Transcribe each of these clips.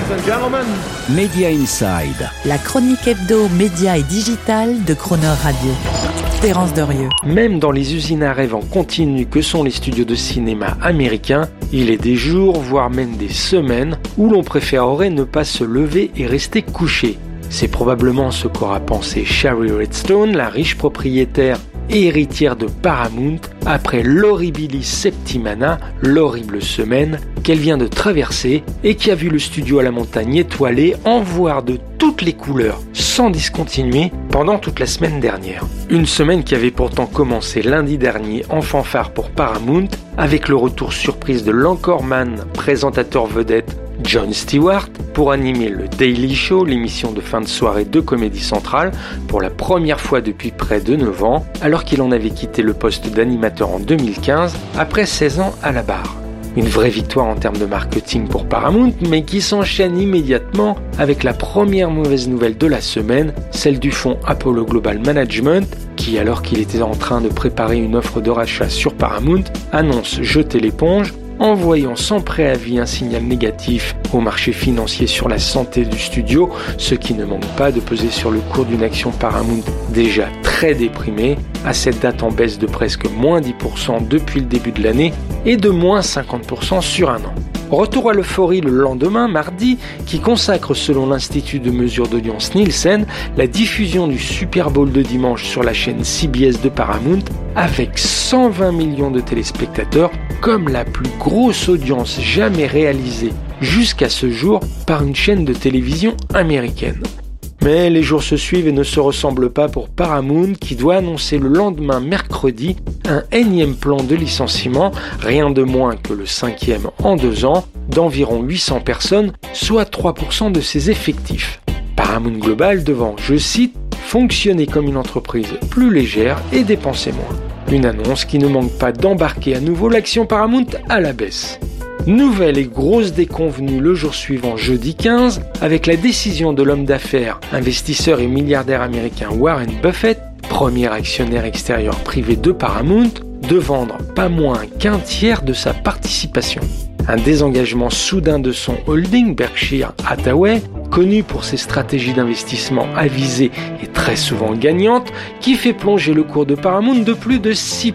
and gentlemen. Media Inside. La chronique hebdo, média et digital de Croner Radio. Terence Derieux. Même dans les usines à rêve en continu que sont les studios de cinéma américains, il est des jours, voire même des semaines, où l'on préférerait ne pas se lever et rester couché. C'est probablement ce qu'aura pensé Shari Redstone, la riche propriétaire et héritière de Paramount, après l'Horribilis Septimana, l'horrible semaine qu'elle vient de traverser et qui a vu le studio à la montagne étoilé en voir de toutes les couleurs, sans discontinuer, pendant toute la semaine dernière. Une semaine qui avait pourtant commencé lundi dernier en fanfare pour Paramount, avec le retour surprise de l'anchorman, présentateur vedette Jon Stewart, pour animer le Daily Show, l'émission de fin de soirée de Comédie Centrale, pour la première fois depuis près de 9 ans, alors qu'il en avait quitté le poste d'animateur en 2015, après 16 ans à la barre. Une vraie victoire en termes de marketing pour Paramount, mais qui s'enchaîne immédiatement avec la première mauvaise nouvelle de la semaine, celle du fonds Apollo Global Management, qui, alors qu'il était en train de préparer une offre de rachat sur Paramount, annonce jeter l'éponge, envoyant sans préavis un signal négatif au marché financier sur la santé du studio, ce qui ne manque pas de peser sur le cours d'une action Paramount déjà très déprimée, à cette date en baisse de presque moins 10% depuis le début de l'année et de moins 50% sur un an. Retour à l'euphorie le lendemain, mardi, qui consacre selon l'Institut de mesure d'audience Nielsen la diffusion du Super Bowl de dimanche sur la chaîne CBS de Paramount avec 120 millions de téléspectateurs comme la plus grosse audience jamais réalisée jusqu'à ce jour par une chaîne de télévision américaine. Mais les jours se suivent et ne se ressemblent pas pour Paramount qui doit annoncer le lendemain mercredi un énième plan de licenciement, rien de moins que le 5e en 2 ans, d'environ 800 personnes, soit 3% de ses effectifs. Paramount Global devant, je cite, fonctionner comme une entreprise plus légère et dépenser moins. Une annonce qui ne manque pas d'embarquer à nouveau l'action Paramount à la baisse. Nouvelle et grosse déconvenue le jour suivant, jeudi 15, avec la décision de l'homme d'affaires, investisseur et milliardaire américain Warren Buffett, premier actionnaire extérieur privé de Paramount, de vendre pas moins qu'un tiers de sa participation. Un désengagement soudain de son holding Berkshire Hathaway, connu pour ses stratégies d'investissement avisées et très souvent gagnantes, qui fait plonger le cours de Paramount de plus de 6%.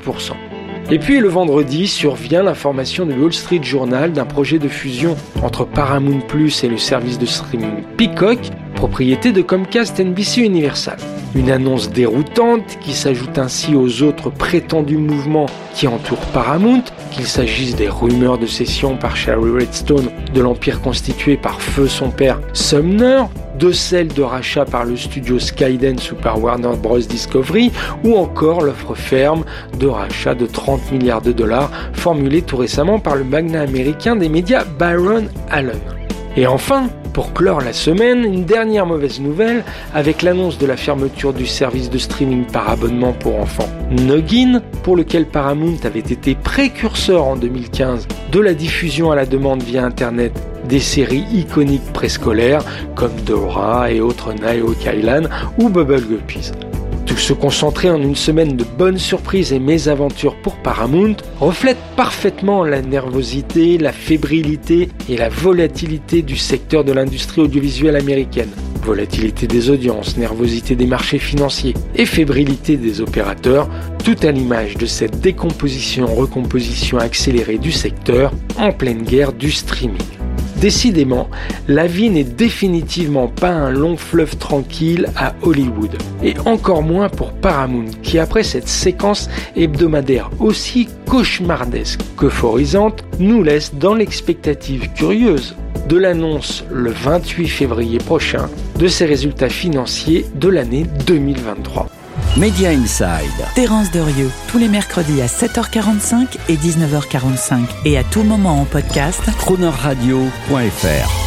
Et puis le vendredi survient l'information du Wall Street Journal d'un projet de fusion entre Paramount Plus et le service de streaming Peacock, propriété de Comcast NBC Universal. Une annonce déroutante qui s'ajoute ainsi aux autres prétendus mouvements qui entourent Paramount, qu'il s'agisse des rumeurs de cession par Shari Redstone de l'empire constitué par feu son père Sumner, de celle de rachat par le studio Skydance ou par Warner Bros. Discovery, ou encore l'offre ferme de rachat de 30 milliards de dollars formulée tout récemment par le magnat américain des médias Byron Allen. Et enfin, pour clore la semaine, une dernière mauvaise nouvelle avec l'annonce de la fermeture du service de streaming par abonnement pour enfants Noggin, pour lequel Paramount avait été précurseur en 2015 de la diffusion à la demande via Internet des séries iconiques préscolaires comme Dora et autres Naoki Island ou Bubble Guppies. Tout se concentrer en une semaine de bonnes surprises et mésaventures pour Paramount reflète parfaitement la nervosité, la fébrilité et la volatilité du secteur de l'industrie audiovisuelle américaine. Volatilité des audiences, nervosité des marchés financiers et fébrilité des opérateurs, tout à l'image de cette décomposition-recomposition accélérée du secteur en pleine guerre du streaming. Décidément, la vie n'est définitivement pas un long fleuve tranquille à Hollywood, et encore moins pour Paramount, qui après cette séquence hebdomadaire aussi cauchemardesque qu'euphorisante, nous laisse dans l'expectative curieuse de l'annonce le 28 février prochain de ses résultats financiers de l'année 2023. Media Inside. Terence Derieux, tous les mercredis à 7h45 et 19h45 et à tout moment en podcast. Cronerradio.fr